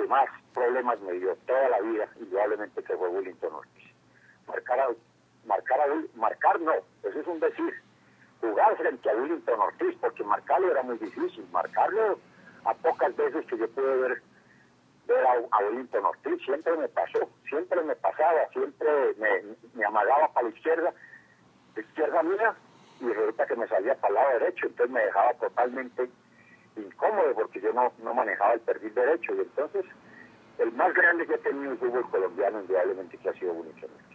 más problemas me dio toda la vida, indudablemente, que fue Willington Ortiz. Marcar no, eso es un decir. Jugar frente a Willington Ortiz, porque marcarlo era muy difícil. Marcarlo, a pocas veces que yo pude ver a Willington Ortiz, siempre me pasó, siempre me pasaba, siempre me amagaba para la izquierda mía, y resulta que me salía para el lado derecho, entonces me dejaba totalmente incómodo porque yo no manejaba el perfil derecho, y entonces el más grande que he tenido en el fútbol colombiano indudablemente que ha sido Willington Ortiz.